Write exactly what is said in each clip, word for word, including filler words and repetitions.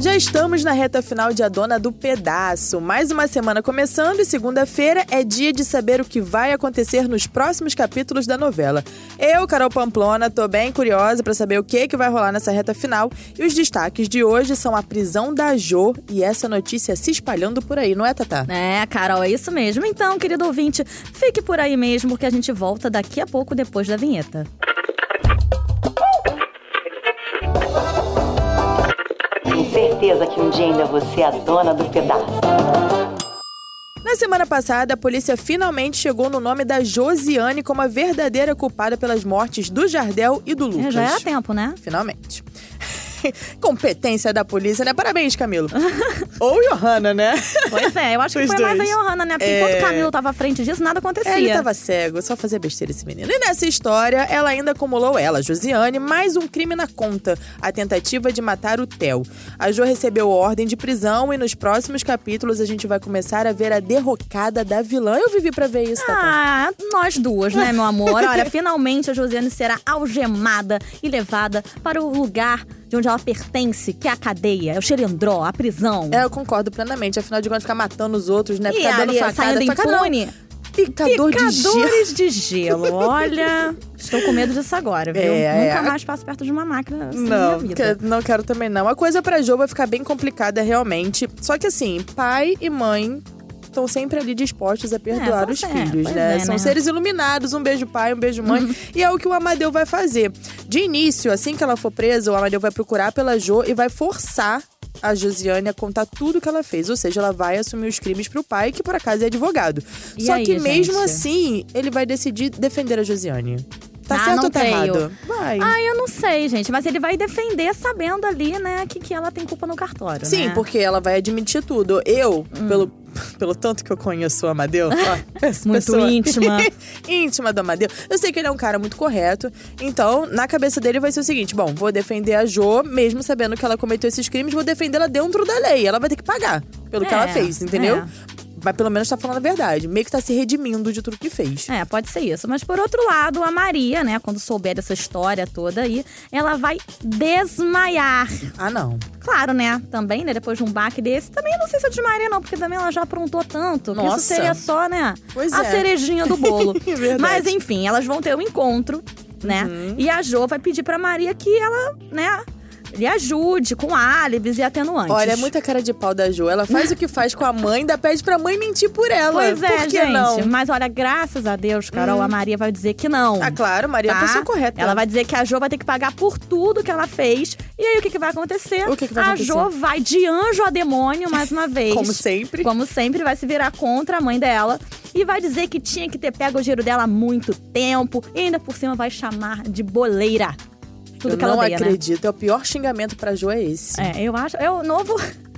Já estamos na reta final de A Dona do Pedaço. Mais uma semana começando e segunda-feira é dia de saber o que vai acontecer nos próximos capítulos da novela. Eu, Carol Pamplona, tô bem curiosa pra saber o que, que vai rolar nessa reta final. E os destaques de hoje são a prisão da Jo e essa notícia se espalhando por aí, não é, Tatá? É, Carol, é isso mesmo. Então, querido ouvinte, fique por aí mesmo que a gente volta daqui a pouco depois da vinheta. Certeza que um dia ainda você é a dona do pedaço. Na semana passada, a polícia finalmente chegou no nome da Josiane como a verdadeira culpada pelas mortes do Jardel e do Lucas. É, já era tempo, né? Finalmente. Competência da polícia, né? Parabéns, Camilo. Ou Johanna, né? Pois é, eu acho que Os foi dois. mais a Johanna, né? Porque É... enquanto o Camilo tava à frente disso, nada acontecia. É, ele tava cego, só fazia besteira esse menino. E nessa história, ela ainda acumulou, ela, Josiane, mais um crime na conta, a tentativa de matar o Theo. A Jo recebeu ordem de prisão e nos próximos capítulos a gente vai começar a ver a derrocada da vilã. Eu vivi pra ver isso, Tatá. Ah, nós duas, né, meu amor? Olha, finalmente a Josiane será algemada e levada para o lugar de onde ela pertence, que é a cadeia, é o xerendró, a prisão. É, eu concordo plenamente. Afinal de contas, ficar matando os outros, né? E Ficar dando ali, facada. saindo facada impune. Não. Picador de gelo. Picadores de gelo. Olha, estou com medo disso agora, viu? É, Nunca é. mais passo perto de uma máquina assim Não, na vida. que- não quero também não. A coisa pra Jo vai ficar bem complicada realmente. Só que assim, pai e mãe estão sempre ali dispostos a perdoar são os sempre, filhos, pois né? é, São né? seres iluminados, um beijo pai, um beijo mãe. Uhum. E é o que o Amadeu vai fazer. De início, assim que ela for presa, o Amadeu vai procurar pela Jo e vai forçar a Josiane a contar tudo que ela fez. Ou seja, ela vai assumir os crimes pro pai, que por acaso é advogado. E Só aí, que mesmo gente? assim, ele vai decidir defender a Josiane. Tá Ah, certo não ou tá creio. errado? Vai. Ah, eu não sei, gente. Mas ele vai defender sabendo ali, né, que, que ela tem culpa no cartório, Sim, né? porque ela vai admitir tudo. Eu, pelo, pelo tanto que eu conheço o Amadeu, ó, essa Muito pessoa íntima. íntima do Amadeu, eu sei que ele é um cara muito correto. Então, na cabeça dele vai ser o seguinte: bom, vou defender a Jo, mesmo sabendo que ela cometeu esses crimes, vou defendê-la dentro da lei. Ela vai ter que pagar pelo que É, ela fez, entendeu? é. Mas pelo menos tá falando a verdade. Meio que tá se redimindo de tudo que fez. É, pode ser isso. Mas por outro lado, a Maria, né, quando souber dessa história toda aí, ela vai desmaiar. Ah, não. Claro, né? Também, né? Depois de um baque desse. Também não sei se eu desmaiaria, não, porque também ela já aprontou tanto. Que Nossa. isso seria só, né? Pois a é. cerejinha do bolo. Verdade. Mas enfim, elas vão ter um encontro, né? Uhum. E a Jo vai pedir pra Maria que ela, né, lhe ajude com álibis e atenuantes. Olha, é muita cara de pau da Jo. Ela faz o que faz com a mãe, ainda pede pra mãe mentir por ela. Pois é, por que gente. não? Mas olha, graças a Deus, Carol, a Maria vai dizer que não. Ah, claro, Maria é a Tá? pessoa correta. Ela vai dizer que a Jo vai ter que pagar por tudo que ela fez. E aí, o que, que vai acontecer? O que que vai a acontecer? Jo vai de anjo a demônio, mais uma vez. Como sempre. Como sempre, vai se virar contra a mãe dela. E vai dizer que tinha que ter pego o dinheiro dela há muito tempo. E ainda por cima vai chamar de boleira. Tudo eu que ela não odeia, acredito. É o pior xingamento pra Jo é esse. né? É, eu acho. É o novo.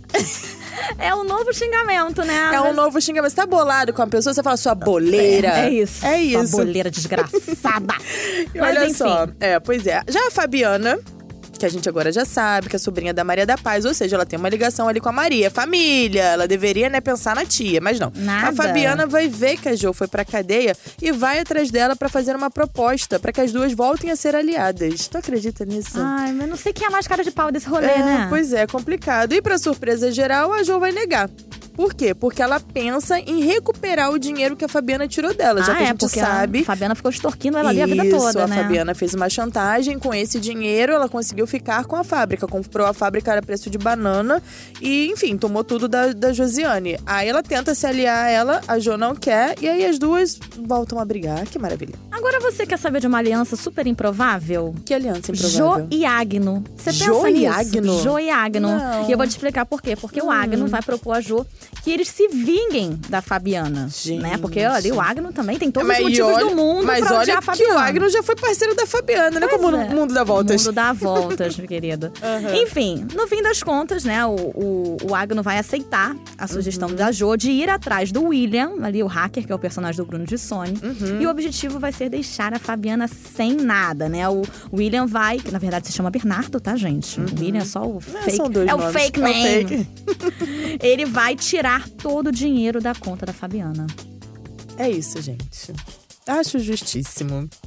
É o novo xingamento, né? É um Mas- novo xingamento. Você tá bolado com a pessoa, você fala sua boleira. É, é isso. É isso. Sua boleira desgraçada. E Mas, olha enfim. só. É, pois é. Já a Fabiana, que a gente agora já sabe, que é sobrinha da Maria da Paz, ou seja, ela tem uma ligação ali com a Maria, família. Ela deveria, né, pensar na tia, mas não. Nada. A Fabiana vai ver que a Jo foi pra cadeia e vai atrás dela pra fazer uma proposta pra que as duas voltem a ser aliadas. Tu acredita nisso? Ai, mas não sei quem é mais cara de pau desse rolê, É, né? pois é, complicado. E pra surpresa geral, a Jo vai negar. Por quê? Porque ela pensa em recuperar o dinheiro que a Fabiana tirou dela, já ah, que a é, gente porque sabe. a Fabiana ficou extorquindo ela ali a vida Isso, toda, a né? Fabiana fez uma chantagem. Com esse dinheiro, ela conseguiu ficar com a fábrica. Comprou a fábrica, era preço de banana. E, enfim, tomou tudo da, da Josiane. Aí ela tenta se aliar a ela, a Jo não quer. E aí as duas voltam a brigar. Que maravilha. Agora você quer saber de uma aliança super improvável? Que aliança improvável. Jo e Agno. Você pensa Jo e nisso? Agno? Jo e Agno. Não. E eu vou te explicar por quê. Porque o Agno vai propor a Jo que eles se vinguem da Fabiana. Gente. Né? Porque ali o Agno também tem todos Mas os motivos olha- do mundo Mas pra olha odiar a que Fabiana. o Agno já foi parceiro da Fabiana, né? Pois Como é. o mundo dá voltas. O mundo dá voltas, meu querido. Uhum. Enfim, no fim das contas, né, o, o, o Agno vai aceitar a sugestão Uhum. da Jo de ir atrás do William, ali o hacker, que é o personagem do Bruno Gissoni. Uhum. E o objetivo vai ser deixar a Fabiana sem nada, né? O William vai, que na verdade se chama Bernardo, tá, gente? O William é só o fake. são dois é o nomes. fake É o name. fake. Ele vai tirar todo o dinheiro da conta da Fabiana. É isso, gente. Acho justíssimo.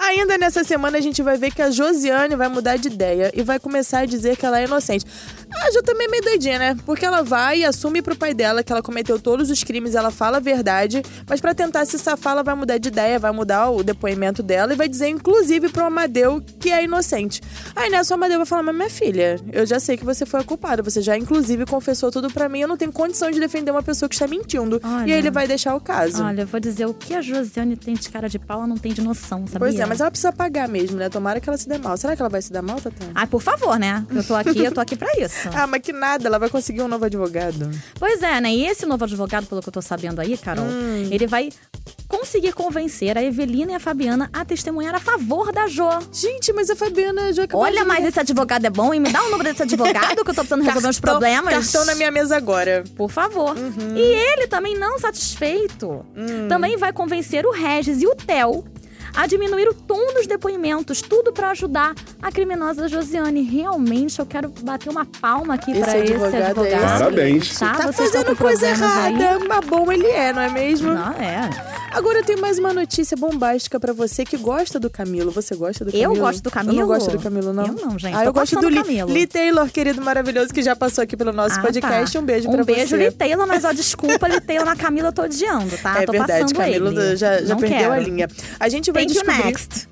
Ainda nessa semana a gente vai ver que a Josiane vai mudar de ideia e vai começar a dizer que ela é inocente. A Jo também é meio doidinha, né? Porque ela vai e assume pro pai dela que ela cometeu todos os crimes, ela fala a verdade, mas pra tentar se safar, ela vai mudar de ideia, vai mudar o depoimento dela e vai dizer, inclusive, pro Amadeu que é inocente. Aí nessa, o Amadeu vai falar, mas minha filha, eu já sei que você foi a culpada, você já, inclusive, confessou tudo pra mim, eu não tenho condição de defender uma pessoa que está mentindo. Olha, e aí ele vai deixar o caso. Olha, eu vou dizer, o que a Josiane tem de cara de pau, ela não tem de noção, sabia? Pois é, mas ela precisa pagar mesmo, né? Tomara que ela se dê mal. Será que ela vai se dar mal, Tatá? Ai, por favor, né? Eu tô aqui, eu tô aqui pra isso. Ah, mas que nada, ela vai conseguir um novo advogado. Pois é, né? E esse novo advogado, pelo que eu tô sabendo aí, Carol, hum. ele vai conseguir convencer a Evelina e a Fabiana a testemunhar a favor da Jo. Gente, mas a Fabiana já acabou Olha, de... mas esse advogado é bom, e me dá o número desse advogado que eu tô precisando resolver uns problemas. Cartão na minha mesa agora. Por favor. Uhum. E ele também, não satisfeito, hum. também vai convencer o Regis e o Theo a diminuir o tom dos depoimentos, tudo pra ajudar a criminosa Josiane. Realmente, eu quero bater uma palma aqui esse pra advogado esse advogado. É Parabéns. Tá, tá Vocês fazendo coisa errada, mas bom ele é, não é mesmo? Não, é. Agora eu tenho mais uma notícia bombástica pra você que gosta do Camilo. Você gosta do Camilo? Eu gosto do Camilo? Eu não gosto do Camilo, não. Eu não, gente. Ah, Tô eu gosto do passando Lee, Camilo. Lee Taylor, querido maravilhoso, que já passou aqui pelo nosso Ah, podcast. tá. Um beijo um pra beijo, você. Lee Taylor, mas ó, desculpa, Lee Taylor, na Camila eu tô odiando, tá? É tô verdade, passando Camilo ele. já, já Não perdeu quero. a linha. A gente vai Thank you, descobrir... next.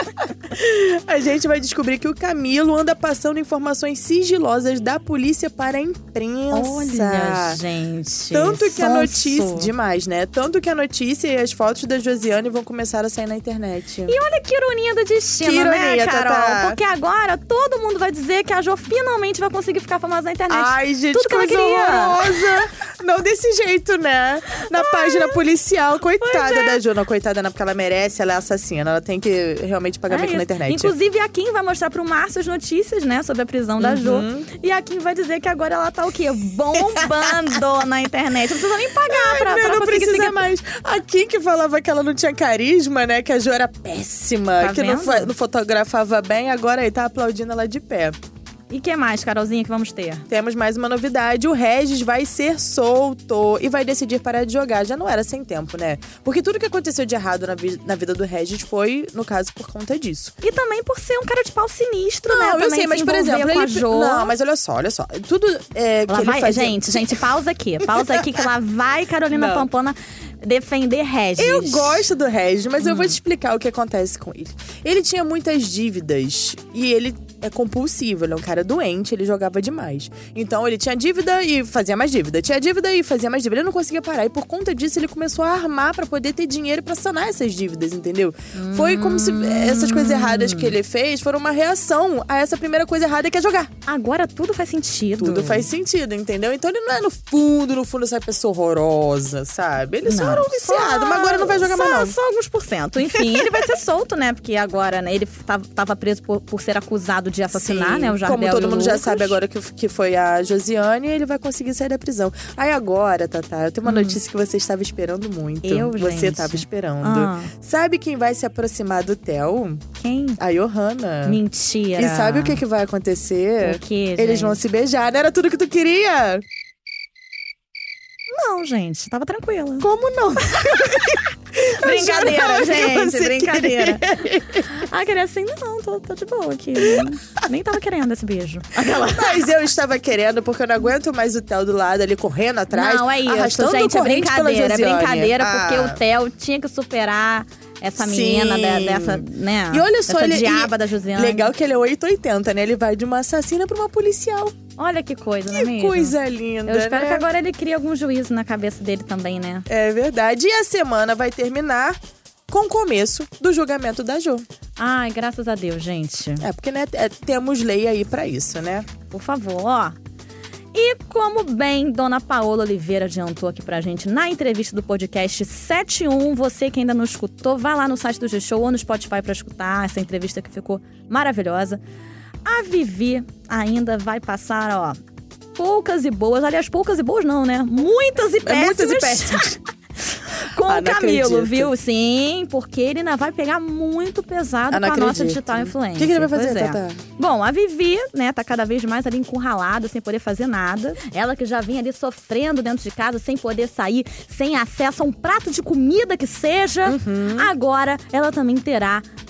A gente vai descobrir que o Camilo anda passando informações sigilosas da polícia para a imprensa. Olha, gente. Tanto que sonso. a notícia... Demais, né? Tanto que a notícia e as fotos da Josiane vão começar a sair na internet. E olha que ironia do destino, Que ironia, né, Carol? Tatá? Porque agora todo mundo vai dizer que a Jo finalmente vai conseguir ficar famosa na internet. Ai, gente, Tudo que ela coisa queria. horrorosa. Não desse jeito, né? Na página policial. Coitada é. da Jo. Não, coitada não, porque ela merece, ela é assassina. Ela tem que realmente pagar É mico na isso. internet. Inclusive, a Kim vai mostrar pro Márcio as notícias, né, sobre a prisão da Jo. E a Kim vai dizer que agora ela tá o quê? Bombando na internet. Não precisa nem pagar pra, Ai, pra não, não conseguir precisa seguir. mais. A Kim que falava que ela não tinha carisma, né? Que a Jo era péssima, Tá que não, vendo? fa- não fotografava bem. Agora aí tá aplaudindo ela de pé. E o que mais, Carolzinha, que vamos ter? Temos mais uma novidade. O Regis vai ser solto e vai decidir parar de jogar. Já não era sem tempo, né? Porque tudo que aconteceu de errado na, vi- na vida do Regis foi, no caso, por conta disso. E também por ser um cara de pau sinistro, né? Não, eu Também sei, se mas por envolver exemplo, com a ele... Jo. Não, mas olha só, olha só. Tudo é, que Ela ele vai, fazia... gente, gente, pausa aqui. Pausa aqui que ela vai, Carolina Não. Pampona, defender Regis. Eu gosto do Regis, mas Hum. eu vou te explicar o que acontece com ele. Ele tinha muitas dívidas e ele é compulsivo, ele é um cara doente, ele jogava demais. Então ele tinha dívida e fazia mais dívida, tinha dívida e fazia mais dívida. Ele não conseguia parar e por conta disso ele começou a armar pra poder ter dinheiro pra sanar essas dívidas, entendeu? Hum. Foi como se essas coisas erradas que ele fez foram uma reação a essa primeira coisa errada que é jogar. Agora tudo faz sentido. Tudo faz sentido, entendeu? Então ele não é no fundo, no fundo, essa pessoa horrorosa, sabe? Ele só Não, era um viciado, mas agora não vai jogar só, mais não. Só alguns por cento. Enfim, ele vai ser solto, né? Porque agora, né, ele tava, tava preso por, por ser acusado de assassinar, Sim, né? O Jardel como todo e o mundo já Lucas. sabe agora que, que foi a Josiane, ele vai conseguir sair da prisão. Aí agora, Tatá, eu tenho uma notícia que você estava esperando muito. Eu, Você gente? estava esperando. Ah. Sabe quem vai se aproximar do Theo? Quem? A Johanna. Mentira. E sabe o que, que vai acontecer? O quê, Eles gente? vão se beijar. Não era tudo que tu queria? Não, gente. Tava tranquila. Como não? Brincadeira, jurava que gente. você Brincadeira. Ah, queria assim, não, tô, tô de boa aqui. Nem tava querendo esse beijo. Mas eu estava querendo, porque eu não aguento mais o Theo do lado ali, correndo atrás. Não, é isso, arrastando gente. É corrente pela brincadeira. É Josiane. brincadeira, porque Ah. o Theo tinha que superar essa menina Sim. de- dessa, né? E olha só, dessa ele, diaba e da Josiane. legal que ele é oito ou oitenta, né? Ele vai de uma assassina pra uma policial. Olha que coisa, não é Que mesmo? coisa linda, Eu espero né? que agora ele crie algum juízo na cabeça dele também, né? É verdade. E a semana vai terminar com o começo do julgamento da Jo. Ai, graças a Deus, gente. É, porque né, é, temos lei aí pra isso, né? Por favor, ó. E como bem Dona Paola Oliveira adiantou aqui pra gente na entrevista do podcast sete um, você que ainda não escutou, vai lá no site do G-Show ou no Spotify pra escutar essa entrevista que ficou maravilhosa. A Vivi ainda vai passar, ó, poucas e boas. Aliás, poucas e boas não, né? Muitas e É péssimas. muitas e péssimas. Com Ah, o não Camilo, acredito. viu? Sim, porque ele ainda vai pegar muito pesado Ah, com não a nossa acredito. digital influencer. O que, que ele vai fazer, Pois é. Tatá? Bom, a Vivi, né, tá cada vez mais ali encurralada, sem poder fazer nada. Ela que já vinha ali sofrendo dentro de casa, sem poder sair, sem acesso a um prato de comida que seja. Uhum. Agora, ela também terá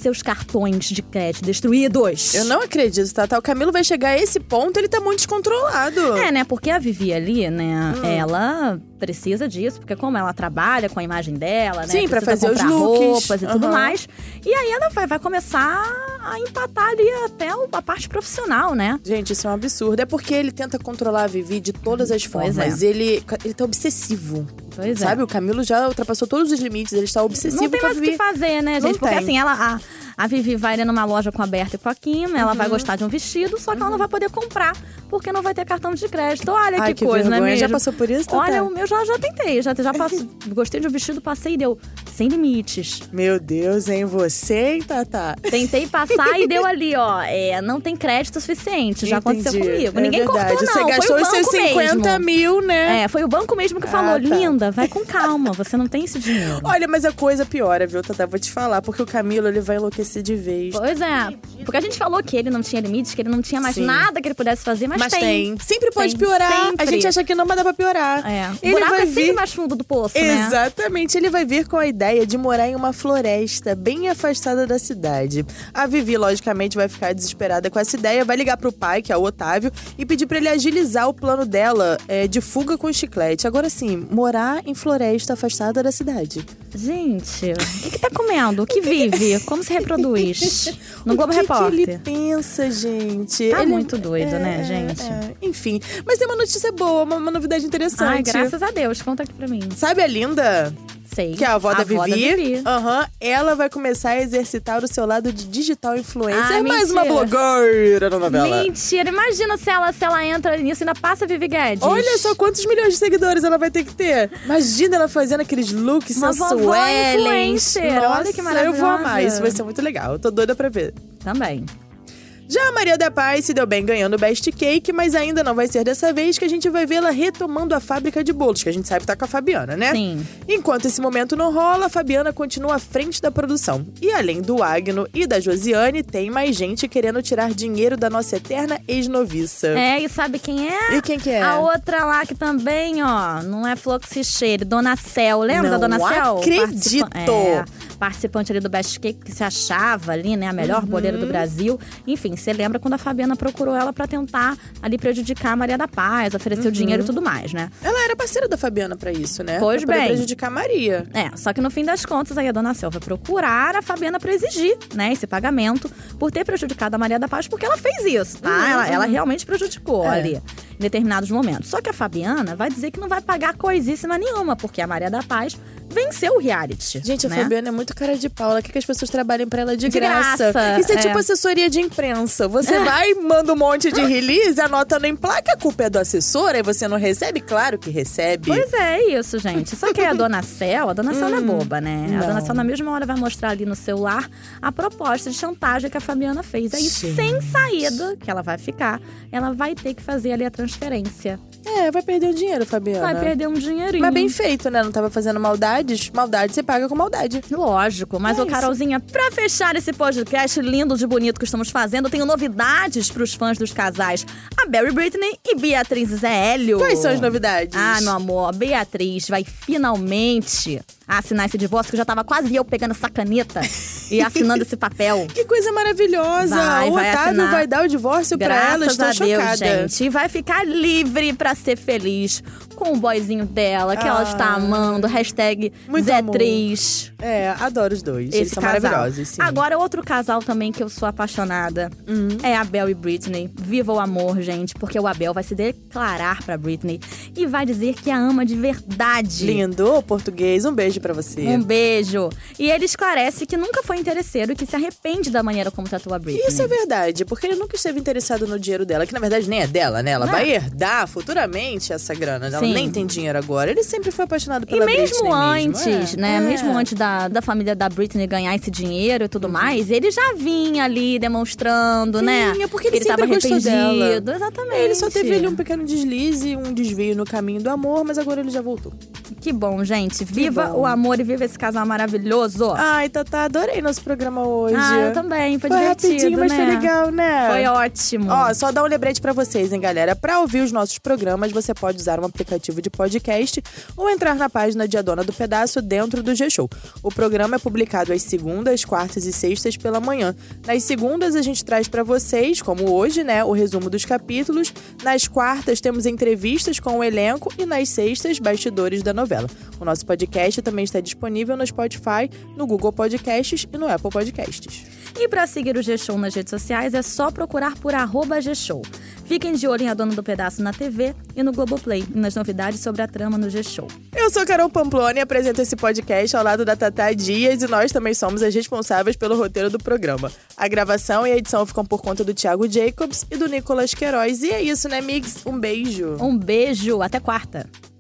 seus cartões de crédito destruídos. Eu não acredito, Tatá. O Camilo vai chegar a esse ponto, ele tá muito descontrolado. É, né? Porque a Vivi ali, né, Hum. ela precisa disso. Porque como ela trabalha com a imagem dela, né? Sim, pra precisa fazer os comprar looks. roupas e tudo Aham. mais. E aí ela vai, vai começar a empatar ali até o- a parte profissional, né? Gente, isso é um absurdo. É porque ele tenta controlar a Vivi de todas as Pois formas. é. Ele, ele tá obsessivo. Pois Sabe? é. O Camilo já ultrapassou todos os limites. Ele está obsessivo Não tem com a mais o Vivi. que fazer, né, Não gente? Porque tem. assim, ela, a, a Vivi vai ali numa loja com a Berta e com a Kim, ela Uhum. vai gostar de um vestido, só que ela não vai poder comprar, porque não vai ter cartão de crédito. Olha Ai, que, que coisa, vergonha. né, mesmo? Já passou por isso, Tatá? Olha, o meu já, já tentei, já, já passo, gostei de um vestido, passei e deu sem limites. Meu Deus, hein? Você, hein, Tatá? Tentei passar e deu ali, ó, é, não tem crédito suficiente, já aconteceu Entendi. comigo. É Ninguém verdade. cortou, não, Você foi gastou o os seus banco cinquenta mesmo. mil, né? É, foi o banco mesmo que falou, Ah, tá. linda, vai com calma, você não tem esse dinheiro. Olha, mas a coisa piora, viu, Tatá? Vou te falar, porque o Camilo, ele vai enlouquecer de vez. Pois é, porque a gente falou que ele não tinha limites, que ele não tinha mais Sim. nada que ele pudesse fazer, mas, Mas tem. Sempre pode Tem, piorar. A sempre. gente acha que não, mas dá pra piorar. É, o Ele buraco vai é sempre vir... mais fundo do poço, né? Exatamente, ele vai vir com a ideia de morar em uma floresta bem afastada da cidade. A Vivi, logicamente, vai ficar desesperada com essa ideia, vai ligar pro pai, que é o Otávio, e pedir pra ele agilizar o plano dela é, de fuga com chiclete. Agora sim, morar em floresta afastada da cidade. Gente, o que tá comendo? O que vive? Como se reproduz? No o Globo que Repórter. que ele pensa, gente? Tá Ele- muito doido, é, né, gente? é, enfim, mas tem uma notícia boa, uma, uma novidade interessante. Ai, graças a Deus. Conta aqui pra mim. Sabe a Linda? Sei. Que é a avó da Vivi. Vivi. Aham. Ela vai começar a exercitar o seu lado de digital influencer. Ai, mais mentira. uma blogueira na novela. Mentira, imagina se ela, se ela entra nisso e ainda passa a Vivi Guedes. Olha só quantos milhões de seguidores ela vai ter que ter. Imagina ela fazendo aqueles looks Uma vovó sensuais. influencer. Nossa, Olha que eu vou amar. maravilhosa. Isso vai ser muito legal. Eu tô doida pra ver. Também. Já a Maria da Paz se deu bem ganhando o Best Cake, mas ainda não vai ser dessa vez que a gente vai vê-la retomando a fábrica de bolos, que a gente sabe que tá com a Fabiana, né? Sim. Enquanto esse momento não rola, a Fabiana continua à frente da produção. E além do Agno e da Josiane, tem mais gente querendo tirar dinheiro da nossa eterna ex-noviça. É, e sabe quem é? E quem que é? A outra lá que também, ó, não é flor que se cheire, Dona Cel. Lembra Não da Dona Cel? acredito! Participa- É, participante ali do Best Cake, que se achava ali, né, a melhor Uhum. boleira do Brasil. Enfim, você lembra quando a Fabiana procurou ela pra tentar ali prejudicar a Maria da Paz, oferecer o dinheiro e tudo mais, né? Ela era parceira da Fabiana pra isso, né? Pois pra poder bem. prejudicar a Maria. É, só que no fim das contas, aí a Dona Cel vai procurar a Fabiana pra exigir, né, esse pagamento por ter prejudicado a Maria da Paz, porque ela fez isso, tá? Uhum. Ela, ela realmente prejudicou É. ali, em determinados momentos. Só que a Fabiana vai dizer que não vai pagar coisíssima nenhuma, porque a Maria da Paz venceu o reality. Gente, a né? Fabiana é muito cara de pau. Ela quer que as pessoas trabalhem pra ela de, De graça. graça, Isso é, é. tipo assessoria de imprensa. Você vai, manda um monte de release, anota em placa, a culpa é do assessor, aí você não recebe? Claro que recebe. Pois é, é isso, gente. Só que a Dona Cel, a Dona Cel não é boba, né? A não. Dona Cel, na mesma hora, vai mostrar ali no celular a proposta de chantagem que a Fabiana fez. Aí, Gente. sem saída, que ela vai ficar, ela vai ter que fazer ali a transferência. É, vai perder o dinheiro, Fabiana. Vai perder um dinheirinho. Mas bem feito, né? Não tava fazendo maldades. Maldade você paga com maldade. Lógico, mas, É ô isso. Carolzinha, pra fechar esse podcast lindo de bonito que estamos fazendo, eu tenho novidades pros fãs dos casais. A Barry Britney e Beatriz Zé Hélio. Quais são as novidades? Ah, meu amor, a Beatriz vai finalmente assinar esse divórcio, que já tava quase eu pegando essa caneta e assinando esse papel. Que coisa maravilhosa! Vai, o vai Otávio assinar. vai dar o divórcio pra ela, Graças estou a Deus, chocada. gente. E vai ficar livre pra ser feliz com o boyzinho dela, que ela Ah. está amando. Hashtag Muito Zé amor. Triz. É, adoro os dois. Eles Esse são casal. maravilhosos, sim. Agora, outro casal também que eu sou apaixonada é a Abel e Britney. Viva o amor, gente, porque o Abel vai se declarar pra Britney e vai dizer que a ama de verdade. Lindo, português. Um beijo pra você. Um beijo. E ele esclarece que nunca foi interesseiro e que se arrepende da maneira como tratou a Britney. Isso é verdade, porque ele nunca esteve interessado no dinheiro dela, que na verdade nem é dela, né? Ela Não. vai herdar futuramente essa grana. Ela Sim. nem tem dinheiro agora. Ele sempre foi apaixonado E pela mesmo Britney antes, mesmo. né? É. Mesmo antes da, da família da Britney ganhar esse dinheiro e tudo mais, ele já vinha ali demonstrando, né? Vinha, porque ele que ele tava sempre gostou arrependido. dela. Exatamente. Ele só teve ali um pequeno deslize, um desvio no caminho do amor, mas agora ele já voltou. Que bom, gente. Viva bom. o amor e viva esse casal maravilhoso. Ai, Tatá, adorei nosso programa hoje. Ah, eu também. Foi, Foi divertido, rapidinho, mas né? foi legal, né? Foi ótimo. Ó, só dar um lembrete pra vocês, hein, galera. Pra ouvir os nossos programas, você pode usar um aplicativo de podcast ou entrar na página de A Dona do Pedaço dentro do G-Show. O programa é publicado às segundas, quartas e sextas pela manhã. Nas segundas, a gente traz pra vocês, como hoje, né, o resumo dos capítulos. Nas quartas, temos entrevistas com o elenco e nas sextas, bastidores da novela. O nosso podcast também está disponível no Spotify, no Google Podcasts e no Apple Podcasts. E para seguir o G-Show nas redes sociais é só procurar por arroba G-Show. Fiquem de olho em A Dona do Pedaço na T V e no Globoplay e nas novidades sobre a trama no G-Show. Eu sou Carol Pamplona e apresento esse podcast ao lado da Tatá Dias e nós também somos as responsáveis pelo roteiro do programa. A gravação e a edição ficam por conta do Thiago Jacobs e do Nicolas Queiroz. E é isso, né, Mix? Um beijo. Um beijo, até quarta.